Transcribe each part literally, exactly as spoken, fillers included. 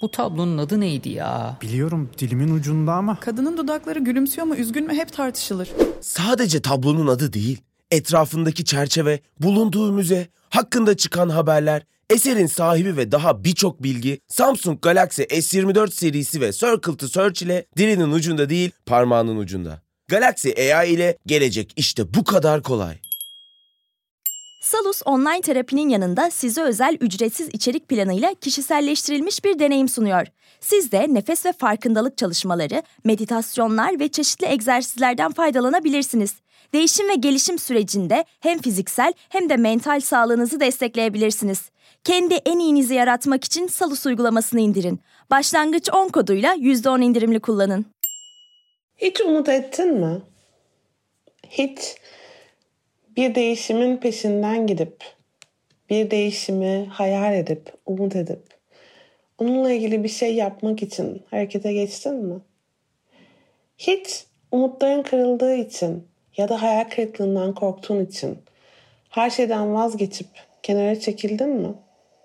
Bu tablonun adı neydi ya? Biliyorum, dilimin ucunda ama. Kadının dudakları gülümsüyor mu, üzgün mü hep tartışılır. Sadece tablonun adı değil, etrafındaki çerçeve, bulunduğu müze, hakkında çıkan haberler, eserin sahibi ve daha birçok bilgi Samsung Galaxy S yirmi dört serisi ve Circle to Search ile dilinin ucunda değil, parmağının ucunda. Galaxy A I ile gelecek işte bu kadar kolay. Salus online terapinin yanında size özel ücretsiz içerik planıyla kişiselleştirilmiş bir deneyim sunuyor. Siz de nefes ve farkındalık çalışmaları, meditasyonlar ve çeşitli egzersizlerden faydalanabilirsiniz. Değişim ve gelişim sürecinde hem fiziksel hem de mental sağlığınızı destekleyebilirsiniz. Kendi en iyinizi yaratmak için Salus uygulamasını indirin. Başlangıç on koduyla yüzde on indirimli kullanın. Hiç umut ettin mi? Hiç bir değişimin peşinden gidip, bir değişimi hayal edip, umut edip, onunla ilgili bir şey yapmak için harekete geçtin mi? Hiç umutların kırıldığı için ya da hayal kırıklığından korktuğun için her şeyden vazgeçip kenara çekildin mi?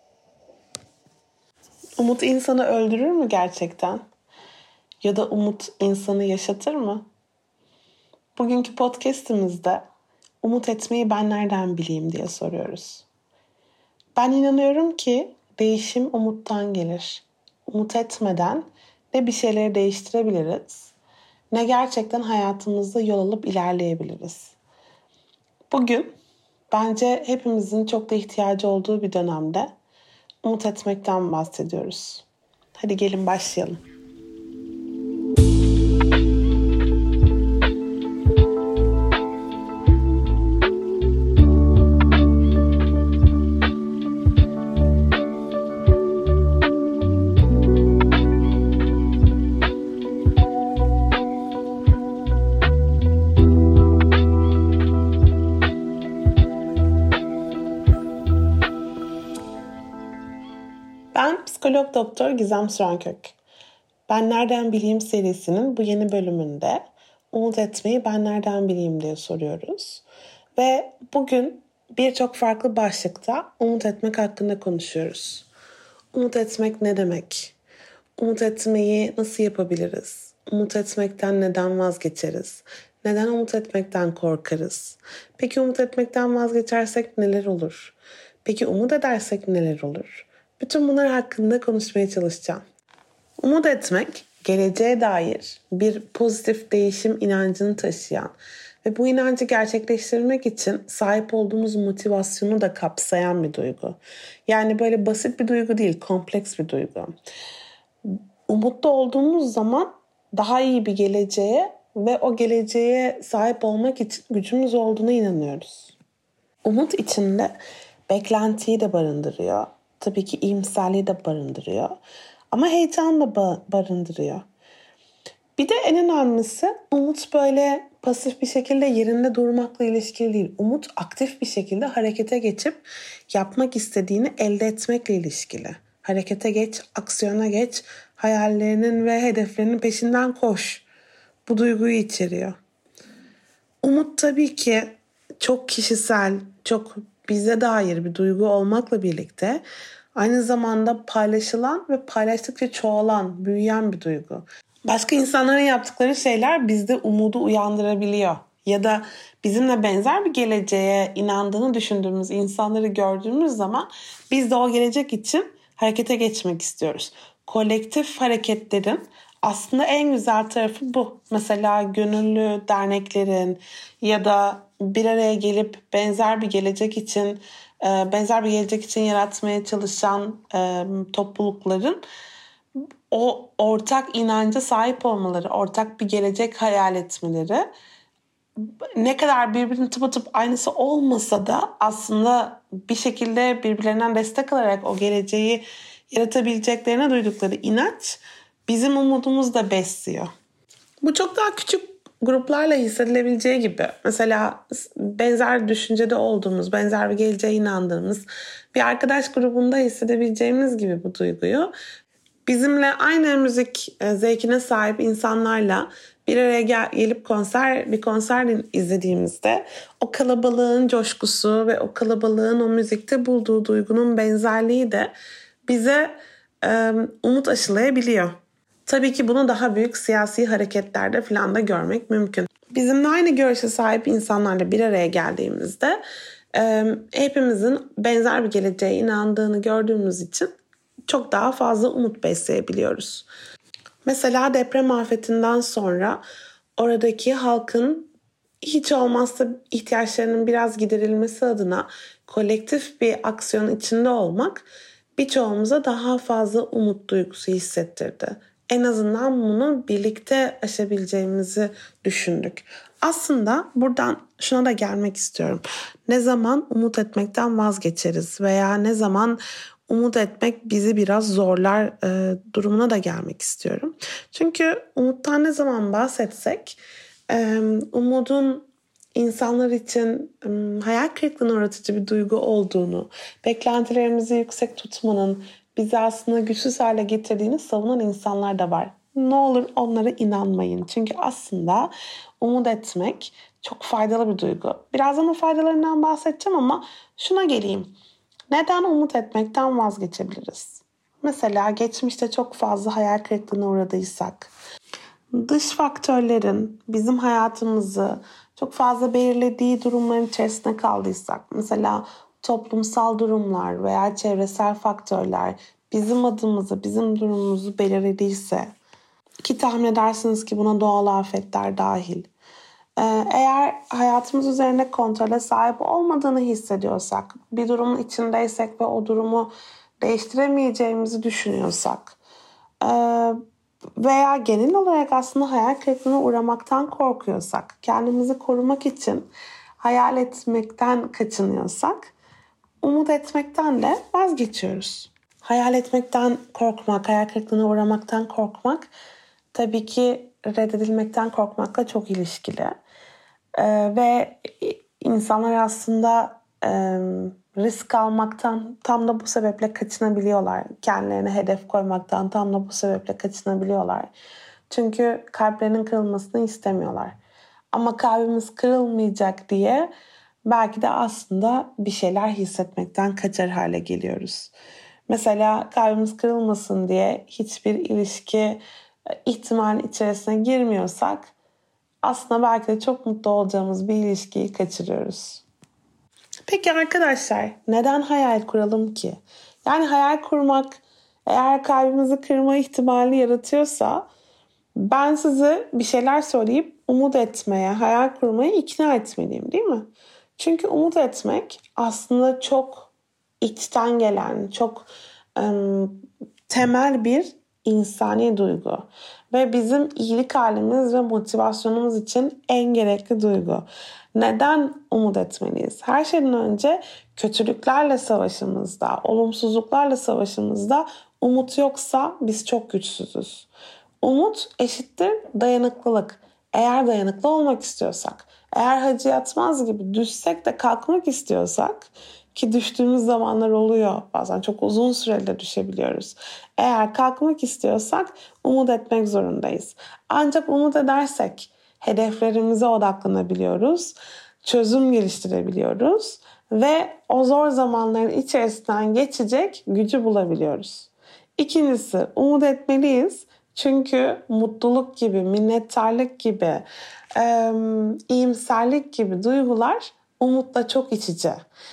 Umut insanı öldürür mü gerçekten? Ya da umut insanı yaşatır mı? Bugünkü podcast'imizde umut etmeyi ben nereden bileyim diye soruyoruz. Ben inanıyorum ki değişim umuttan gelir. Umut etmeden ne bir şeyleri değiştirebiliriz, ne gerçekten hayatımızda yol alıp ilerleyebiliriz. Bugün bence hepimizin çok da ihtiyacı olduğu bir dönemde umut etmekten bahsediyoruz. Hadi gelin başlayalım. Ben psikolog doktor Gizem Sürenkök. Ben Nereden Bileyim serisinin bu yeni bölümünde umut etmeyi ben nereden bileyim diye soruyoruz. Ve bugün birçok farklı başlıkta umut etmek hakkında konuşuyoruz. Umut etmek ne demek? Umut etmeyi nasıl yapabiliriz? Umut etmekten neden vazgeçeriz? Neden umut etmekten korkarız? Peki umut etmekten vazgeçersek neler olur? Peki umut edersek neler olur? Bütün bunlar hakkında konuşmaya çalışacağım. Umut etmek, geleceğe dair bir pozitif değişim inancını taşıyan ve bu inancı gerçekleştirmek için sahip olduğumuz motivasyonu da kapsayan bir duygu. Yani böyle basit bir duygu değil, kompleks bir duygu. Umutlu olduğumuz zaman daha iyi bir geleceğe ve o geleceğe sahip olmak için gücümüz olduğuna inanıyoruz. Umut içinde beklentiyi de barındırıyor. Tabii ki iyimserliği de barındırıyor. Ama heyecan da barındırıyor. Bir de en önemlisi umut böyle pasif bir şekilde yerinde durmakla ilişkili değil. Umut aktif bir şekilde harekete geçip yapmak istediğini elde etmekle ilişkili. Harekete geç, aksiyona geç, hayallerinin ve hedeflerinin peşinden koş. Bu duyguyu içeriyor. Umut tabii ki çok kişisel, çok bize dair bir duygu olmakla birlikte aynı zamanda paylaşılan ve paylaştıkça çoğalan, büyüyen bir duygu. Başka insanların yaptıkları şeyler bizde umudu uyandırabiliyor. Ya da bizimle benzer bir geleceğe inandığını düşündüğümüz insanları gördüğümüz zaman biz de o gelecek için harekete geçmek istiyoruz. Kolektif hareketlerin aslında en güzel tarafı bu. Mesela gönüllü derneklerin ya da bir araya gelip benzer bir gelecek için, benzer bir gelecek için yaratmaya çalışan toplulukların o ortak inanca sahip olmaları, ortak bir gelecek hayal etmeleri ne kadar birbirinin tıpatıp aynısı olmasa da aslında bir şekilde birbirlerinden destek alarak o geleceği yaratabileceklerine duydukları inanç bizim umudumuzu da besliyor. Bu çok daha küçük gruplarla hissedilebileceği gibi. Mesela benzer düşüncede olduğumuz, benzer bir geleceğe inandığımız bir arkadaş grubunda hissedebileceğimiz gibi bu duyguyu bizimle aynı müzik zevkine sahip insanlarla bir araya gel- gelip konser bir konser izlediğimizde o kalabalığın coşkusu ve o kalabalığın o müzikte bulduğu duygunun benzerliği de bize e, umut aşılayabiliyor. Tabii ki bunu daha büyük siyasi hareketlerde falan da görmek mümkün. Bizimle aynı görüşe sahip insanlarla bir araya geldiğimizde e, hepimizin benzer bir geleceğe inandığını gördüğümüz için çok daha fazla umut besleyebiliyoruz. Mesela deprem afetinden sonra oradaki halkın hiç olmazsa ihtiyaçlarının biraz giderilmesi adına kolektif bir aksiyon içinde olmak birçoğumuza daha fazla umut duygusu hissettirdi. En azından bunu birlikte aşabileceğimizi düşündük. Aslında buradan şuna da gelmek istiyorum. Ne zaman umut etmekten vazgeçeriz veya ne zaman umut etmek bizi biraz zorlar e, durumuna da gelmek istiyorum. Çünkü umuttan ne zaman bahsetsek e, umudun insanlar için e, hayal kırıklığına uğratıcı bir duygu olduğunu, beklentilerimizi yüksek tutmanın bizi aslında güçsüz hale getirdiğini savunan insanlar da var. Ne olur onlara inanmayın. Çünkü aslında umut etmek çok faydalı bir duygu. Birazdan o faydalarından bahsedeceğim ama şuna geleyim. Neden umut etmekten vazgeçebiliriz? Mesela geçmişte çok fazla hayal kırıklığına uğradıysak, dış faktörlerin bizim hayatımızı çok fazla belirlediği durumların içerisinde kaldıysak, mesela toplumsal durumlar veya çevresel faktörler bizim adımızı, bizim durumumuzu belirlediyse, ki tahmin edersiniz ki buna doğal afetler dahil. Eğer hayatımız üzerine kontrole sahip olmadığını hissediyorsak, bir durumun içindeysek ve o durumu değiştiremeyeceğimizi düşünüyorsak veya genel olarak aslında hayal kırıklığına uğramaktan korkuyorsak, kendimizi korumak için hayal etmekten kaçınıyorsak, umut etmekten de vazgeçiyoruz. Hayal etmekten korkmak, hayal kırıklığına uğramaktan korkmak tabii ki reddedilmekten korkmakla çok ilişkili. Ee, ve insanlar aslında e, risk almaktan tam da bu sebeple kaçınabiliyorlar. Kendilerine hedef koymaktan tam da bu sebeple kaçınabiliyorlar. Çünkü kalplerinin kırılmasını istemiyorlar. Ama kalbimiz kırılmayacak diye belki de aslında bir şeyler hissetmekten kaçar hale geliyoruz. Mesela kalbimiz kırılmasın diye hiçbir ilişki ihtimal içerisine girmiyorsak aslında belki de çok mutlu olacağımız bir ilişkiyi kaçırıyoruz. Peki arkadaşlar, neden hayal kuralım ki? Yani hayal kurmak eğer kalbimizi kırma ihtimali yaratıyorsa ben size bir şeyler söyleyip umut etmeye, hayal kurmaya ikna etmeliyim, değil mi? Çünkü umut etmek aslında çok içten gelen, çok ım, temel bir insani duygu. Ve bizim iyilik halimiz ve motivasyonumuz için en gerekli duygu. Neden umut etmeliyiz? Her şeyden önce kötülüklerle savaşımızda, olumsuzluklarla savaşımızda umut yoksa biz çok güçsüzüz. Umut eşittir dayanıklılık. Eğer dayanıklı olmak istiyorsak, eğer Hacı Yatmaz gibi düşsek de kalkmak istiyorsak, ki düştüğümüz zamanlar oluyor. Bazen çok uzun sürede düşebiliyoruz. Eğer kalkmak istiyorsak umut etmek zorundayız. Ancak umut edersek hedeflerimize odaklanabiliyoruz, çözüm geliştirebiliyoruz ve o zor zamanların içerisinden geçecek gücü bulabiliyoruz. İkincisi, umut etmeliyiz. Çünkü mutluluk gibi, minnettarlık gibi, e, iyimserlik gibi duygular umutla çok iç içe.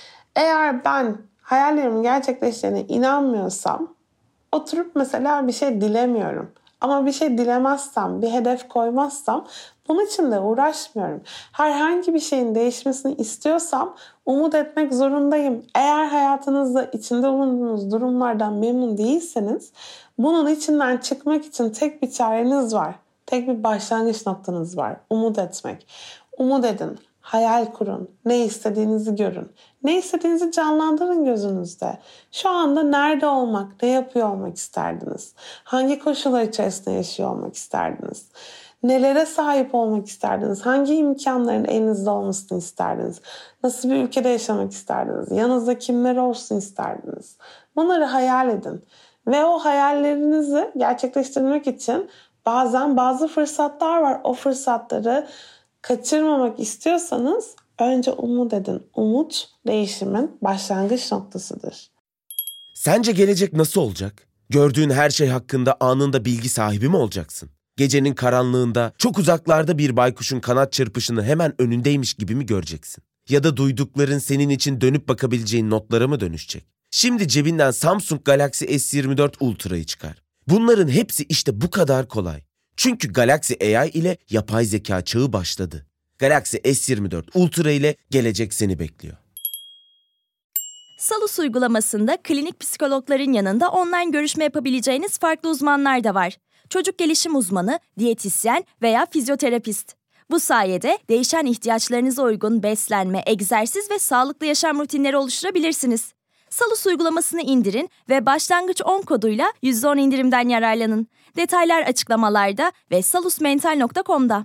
Eğer ben hayallerimin gerçekleşeceğine inanmıyorsam, oturup mesela bir şey dilemiyorum. Ama bir şey dilemezsem, bir hedef koymazsam bunun için de uğraşmıyorum. Herhangi bir şeyin değişmesini istiyorsam umut etmek zorundayım. Eğer hayatınızda içinde bulunduğunuz durumlardan memnun değilseniz bunun içinden çıkmak için tek bir çareniz var. Tek bir başlangıç noktanız var. Umut etmek. Umut edin. Hayal kurun. Ne istediğinizi görün. Ne istediğinizi canlandırın gözünüzde. Şu anda nerede olmak, ne yapıyor olmak isterdiniz? Hangi koşullar içerisinde yaşıyor olmak isterdiniz? Nelere sahip olmak isterdiniz? Hangi imkanların elinizde olmasını isterdiniz? Nasıl bir ülkede yaşamak isterdiniz? Yanınızda kimler olsun isterdiniz? Bunları hayal edin. Ve o hayallerinizi gerçekleştirmek için bazen bazı fırsatlar var. O fırsatları kaçırmamak istiyorsanız önce umut edin. Umut değişimin başlangıç noktasıdır. Sence gelecek nasıl olacak? Gördüğün her şey hakkında anında bilgi sahibi mi olacaksın? Gecenin karanlığında çok uzaklarda bir baykuşun kanat çırpışını hemen önündeymiş gibi mi göreceksin? Ya da duydukların senin için dönüp bakabileceğin notlara mı dönüşecek? Şimdi cebinden Samsung Galaxy S yirmi dört Ultra'yı çıkar. Bunların hepsi işte bu kadar kolay. Çünkü Galaxy A I ile yapay zeka çağı başladı. Galaxy S yirmi dört Ultra ile gelecek seni bekliyor. Salus uygulamasında klinik psikologların yanında online görüşme yapabileceğiniz farklı uzmanlar da var. Çocuk gelişim uzmanı, diyetisyen veya fizyoterapist. Bu sayede değişen ihtiyaçlarınıza uygun beslenme, egzersiz ve sağlıklı yaşam rutinleri oluşturabilirsiniz. Salus uygulamasını indirin ve başlangıç on koduyla yüzde on indirimden yararlanın. Detaylar açıklamalarda ve salusmental nokta com'da.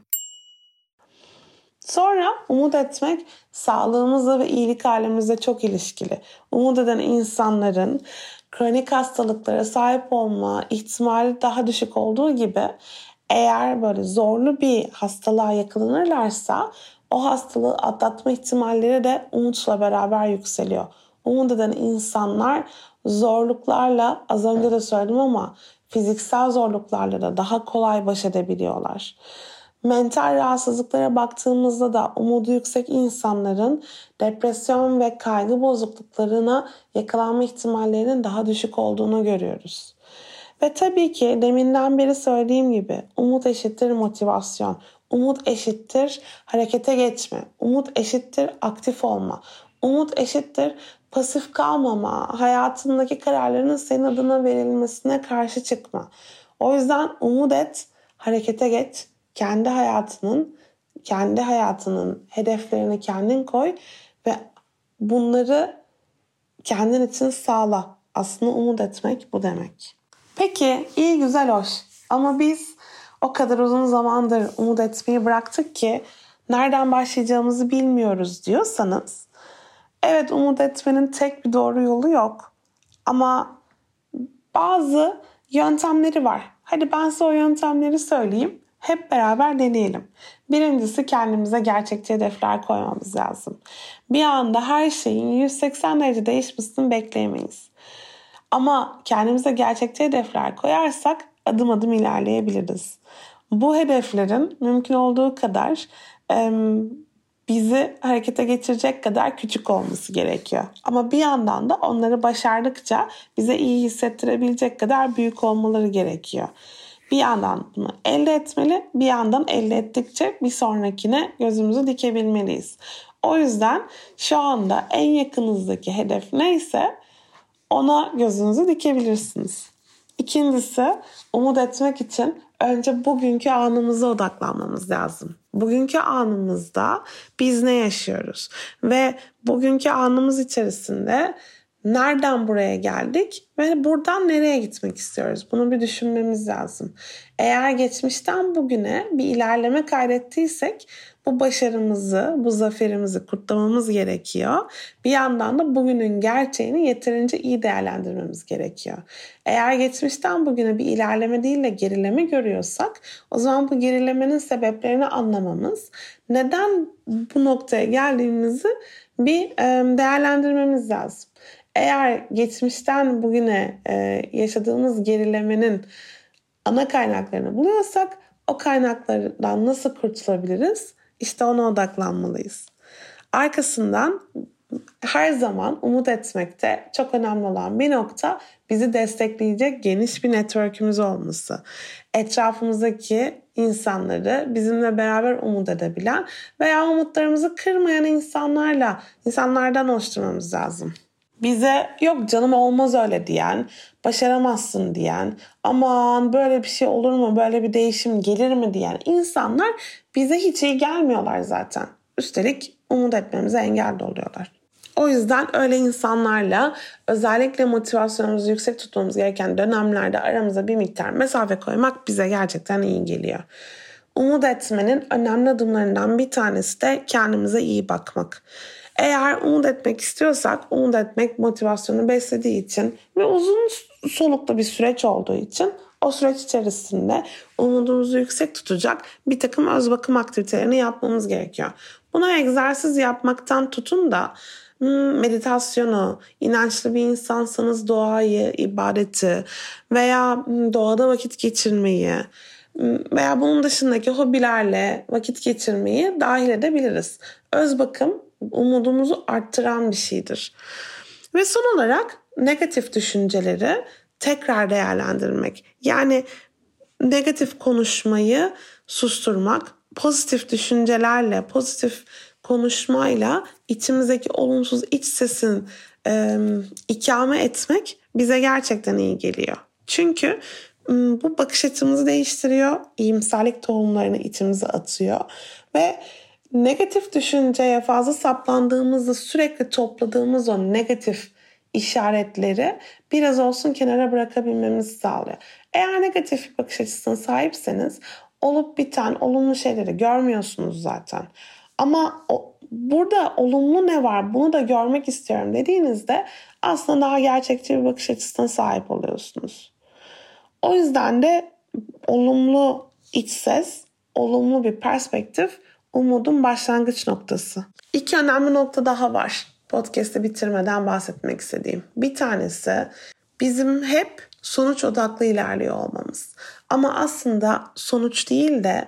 Sonra umut etmek sağlığımızla ve iyilik halimizle çok ilişkili. Umut eden insanların kronik hastalıklara sahip olma ihtimali daha düşük olduğu gibi eğer böyle zorlu bir hastalığa yakalanırlarsa o hastalığı atlatma ihtimalleri de umutla beraber yükseliyor. Umut eden insanlar zorluklarla, az önce de söyledim ama fiziksel zorluklarla da daha kolay baş edebiliyorlar. Mental rahatsızlıklara baktığımızda da umudu yüksek insanların depresyon ve kaygı bozukluklarına yakalanma ihtimallerinin daha düşük olduğunu görüyoruz. Ve tabii ki deminden beri söylediğim gibi umut eşittir motivasyon, umut eşittir harekete geçme, umut eşittir aktif olma, umut eşittir pasif kalmama, hayatındaki kararların senin adına verilmesine karşı çıkma. O yüzden umut et, harekete geç. Kendi hayatının, kendi hayatının hedeflerini kendin koy ve bunları kendin için sağla. Aslında umut etmek bu demek. Peki, iyi güzel hoş. Ama biz o kadar uzun zamandır umut etmeyi bıraktık ki nereden başlayacağımızı bilmiyoruz diyorsanız, evet umut etmenin tek bir doğru yolu yok. Ama bazı yöntemleri var. Hadi ben size o yöntemleri söyleyeyim. Hep beraber deneyelim. Birincisi kendimize gerçekçi hedefler koymamız lazım. Bir anda her şeyin yüz seksen derece değişmesini bekleyemeyiz. Ama kendimize gerçekçi hedefler koyarsak adım adım ilerleyebiliriz. Bu hedeflerin mümkün olduğu kadar e, bizi harekete geçirecek kadar küçük olması gerekiyor. Ama bir yandan da onları başardıkça bize iyi hissettirebilecek kadar büyük olmaları gerekiyor. Bir yandan bunu elde etmeli, bir yandan elde ettikçe bir sonrakine gözümüzü dikebilmeliyiz. O yüzden şu anda en yakınızdaki hedef neyse ona gözünüzü dikebilirsiniz. İkincisi, umut etmek için önce bugünkü anımıza odaklanmamız lazım. Bugünkü anımızda biz ne yaşıyoruz? Ve bugünkü anımız içerisinde nereden buraya geldik ve buradan nereye gitmek istiyoruz? Bunu bir düşünmemiz lazım. Eğer geçmişten bugüne bir ilerleme kaydettiysek bu başarımızı, bu zaferimizi kutlamamız gerekiyor. Bir yandan da bugünün gerçeğini yeterince iyi değerlendirmemiz gerekiyor. Eğer geçmişten bugüne bir ilerleme değil de gerileme görüyorsak o zaman bu gerilemenin sebeplerini anlamamız, neden bu noktaya geldiğimizi bir değerlendirmemiz lazım. Eğer geçmişten bugüne e, yaşadığımız gerilemenin ana kaynaklarını buluyorsak o kaynaklardan nasıl kurtulabiliriz? İşte ona odaklanmalıyız. Arkasından her zaman umut etmekte çok önemli olan bir nokta bizi destekleyecek geniş bir network'ümüz olması. Etrafımızdaki insanları bizimle beraber umut edebilen veya umutlarımızı kırmayan insanlarla, insanlardan oluşturmamız lazım. Bize yok canım olmaz öyle diyen, başaramazsın diyen, aman böyle bir şey olur mu, böyle bir değişim gelir mi diyen insanlar bize hiç iyi gelmiyorlar zaten. Üstelik umut etmemize engel de oluyorlar. O yüzden öyle insanlarla özellikle motivasyonumuzu yüksek tutmamız gereken dönemlerde aramıza bir miktar mesafe koymak bize gerçekten iyi geliyor. Umut etmenin önemli adımlarından bir tanesi de kendimize iyi bakmak. Eğer umut etmek istiyorsak, umut etmek motivasyonu beslediği için ve uzun soluklu bir süreç olduğu için o süreç içerisinde umudumuzu yüksek tutacak bir takım öz bakım aktivitelerini yapmamız gerekiyor. Buna egzersiz yapmaktan tutun da meditasyonu, inançlı bir insansanız doğayı, ibadeti veya doğada vakit geçirmeyi veya bunun dışındaki hobilerle vakit geçirmeyi dahil edebiliriz. Öz bakım umudumuzu arttıran bir şeydir. Ve son olarak negatif düşünceleri tekrar değerlendirmek. Yani negatif konuşmayı susturmak, pozitif düşüncelerle, pozitif konuşmayla içimizdeki olumsuz iç sesin e, ikame etmek bize gerçekten iyi geliyor. Çünkü bu bakış açımızı değiştiriyor, iyimserlik tohumlarını içimize atıyor ve negatif düşünceye fazla saplandığımızda sürekli topladığımız o negatif işaretleri biraz olsun kenara bırakabilmemizi sağlıyor. Eğer negatif bir bakış açısına sahipseniz olup biten olumlu şeyleri görmüyorsunuz zaten. Ama o, burada olumlu ne var bunu da görmek istiyorum dediğinizde aslında daha gerçekçi bir bakış açısına sahip oluyorsunuz. O yüzden de olumlu iç ses, olumlu bir perspektif umudun başlangıç noktası. İki önemli nokta daha var podcast'ı bitirmeden bahsetmek istediğim. Bir tanesi bizim hep sonuç odaklı ilerliyor olmamız. Ama aslında sonuç değil de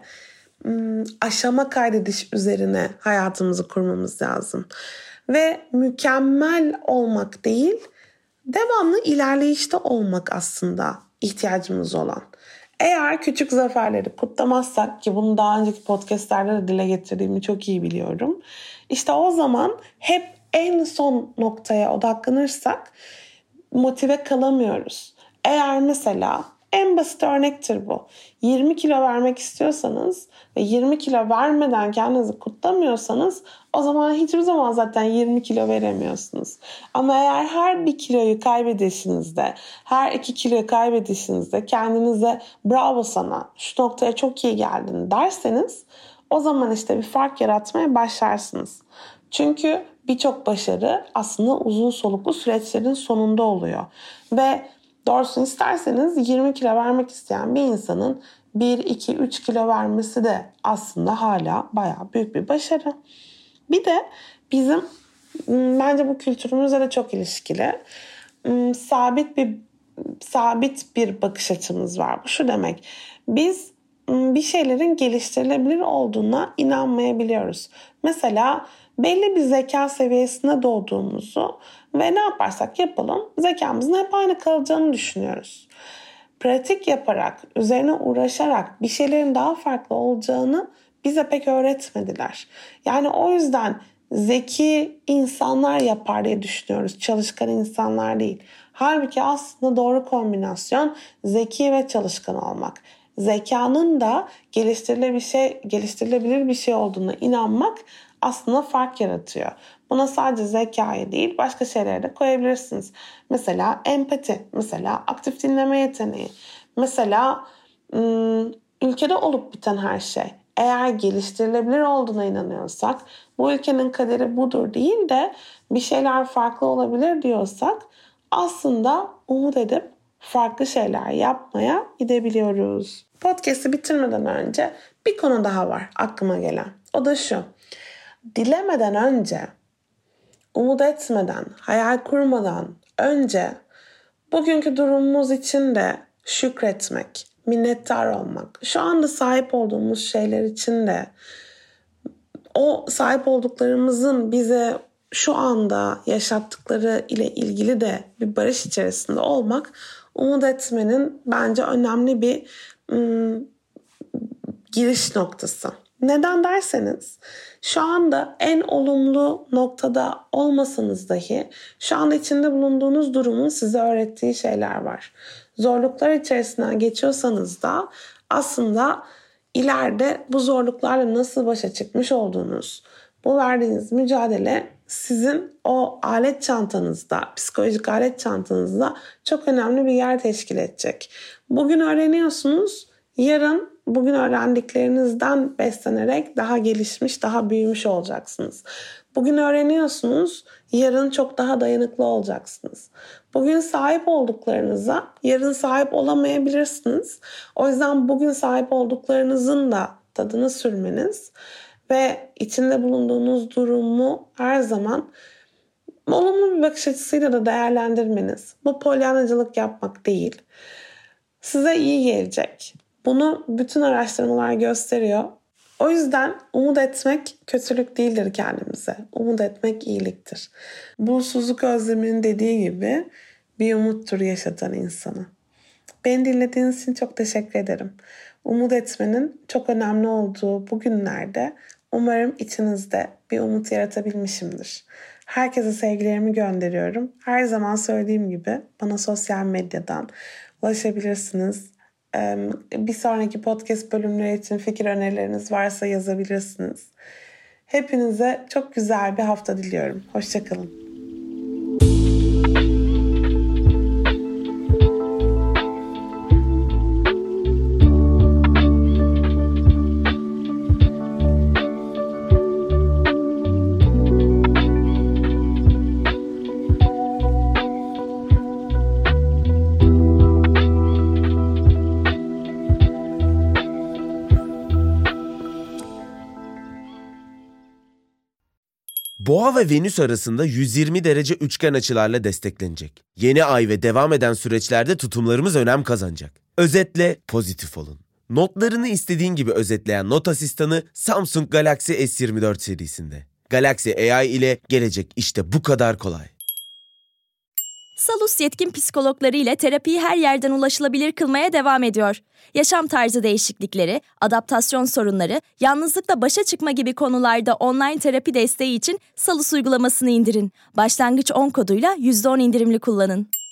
aşama kaydediş üzerine hayatımızı kurmamız lazım. Ve mükemmel olmak değil, devamlı ilerleyişte olmak aslında ihtiyacımız olan. Eğer küçük zaferleri kutlamazsak, ki bunu daha önceki podcastlerde de dile getirdiğimi çok iyi biliyorum. İşte o zaman hep en son noktaya odaklanırsak motive kalamıyoruz. Eğer mesela en basit örnektir bu. yirmi kilo vermek istiyorsanız ve yirmi kilo vermeden kendinizi kutlamıyorsanız o zaman hiçbir zaman zaten yirmi kilo veremiyorsunuz. Ama eğer her bir kiloyu kaybedişinizde, her iki kiloyu kaybedişinizde kendinize bravo sana, şu noktaya çok iyi geldin derseniz o zaman işte bir fark yaratmaya başlarsınız. Çünkü birçok başarı aslında uzun soluklu süreçlerin sonunda oluyor. Ve doğrusunu isterseniz yirmi kilo vermek isteyen bir insanın bir, iki, üç kilo vermesi de aslında hala bayağı büyük bir başarı. Bir de bizim bence bu kültürümüzle de çok ilişkili sabit bir sabit bir bakış açımız var. Bu şu demek: biz bir şeylerin geliştirilebilir olduğuna inanmayabiliyoruz. Mesela belli bir zeka seviyesine doğduğumuzu ve ne yaparsak yapalım zekamızın hep aynı kalacağını düşünüyoruz. Pratik yaparak, üzerine uğraşarak bir şeylerin daha farklı olacağını bize pek öğretmediler. Yani o yüzden zeki insanlar yapar diye düşünüyoruz. Çalışkan insanlar değil. Halbuki aslında doğru kombinasyon zeki ve çalışkan olmak. Zekanın da geliştirilebilir bir şey, geliştirilebilir bir şey olduğuna inanmak aslında fark yaratıyor. Buna sadece zekayı değil başka şeyleri de koyabilirsiniz. Mesela empati, mesela aktif dinleme yeteneği, mesela ülkede olup biten her şey. Eğer geliştirilebilir olduğuna inanıyorsak, bu ülkenin kaderi budur değil de bir şeyler farklı olabilir diyorsak aslında umut edip farklı şeyler yapmaya gidebiliyoruz. Podcast'ı bitirmeden önce bir konu daha var aklıma gelen. O da şu: dilemeden önce, umut etmeden, hayal kurmadan önce bugünkü durumumuz için de şükretmek, minnettar olmak, şu anda sahip olduğumuz şeyler için de o sahip olduklarımızın bize şu anda yaşattıkları ile ilgili de bir barış içerisinde olmak, umut etmenin bence önemli bir ım, giriş noktası. Neden derseniz, şu anda en olumlu noktada olmasanız dahi şu anda içinde bulunduğunuz durumun size öğrettiği şeyler var. Zorluklar içerisinden geçiyorsanız da aslında ileride bu zorluklarla nasıl başa çıkmış olduğunuz, bu verdiğiniz mücadele sizin o alet çantanızda, psikolojik alet çantanızda çok önemli bir yer teşkil edecek. Bugün öğreniyorsunuz, yarın bugün öğrendiklerinizden beslenerek daha gelişmiş, daha büyümüş olacaksınız. Bugün öğreniyorsunuz, yarın çok daha dayanıklı olacaksınız. Bugün sahip olduklarınıza yarın sahip olamayabilirsiniz. O yüzden bugün sahip olduklarınızın da tadını sürmeniz ve içinde bulunduğunuz durumu her zaman olumlu bir bakış açısıyla da değerlendirmeniz, bu polyanacılık yapmak değil, size iyi gelecek. Bunu bütün araştırmalar gösteriyor. O yüzden umut etmek kötülük değildir kendimize. Umut etmek iyiliktir. Bulsuzluk Özlemi'nin dediği gibi bir umuttur yaşatan insanı. Beni dinlediğiniz için çok teşekkür ederim. Umut etmenin çok önemli olduğu bu günlerde umarım içinizde bir umut yaratabilmişimdir. Herkese sevgilerimi gönderiyorum. Her zaman söylediğim gibi bana sosyal medyadan ulaşabilirsiniz. Bir sonraki podcast bölümleri için fikir önerileriniz varsa yazabilirsiniz. Hepinize çok güzel bir hafta diliyorum. Hoşça kalın. Boğa ve Venüs arasında yüz yirmi derece üçgen açılarla desteklenecek. Yeni ay ve devam eden süreçlerde tutumlarımız önem kazanacak. Özetle pozitif olun. Notlarını istediğin gibi özetleyen not asistanı Samsung Galaxy S yirmi dört serisinde. Galaxy A I ile gelecek işte bu kadar kolay. Salus yetkin psikologları ile terapiyi her yerden ulaşılabilir kılmaya devam ediyor. Yaşam tarzı değişiklikleri, adaptasyon sorunları, yalnızlıkla başa çıkma gibi konularda online terapi desteği için Salus uygulamasını indirin. Başlangıç on koduyla yüzde on indirimli kullanın.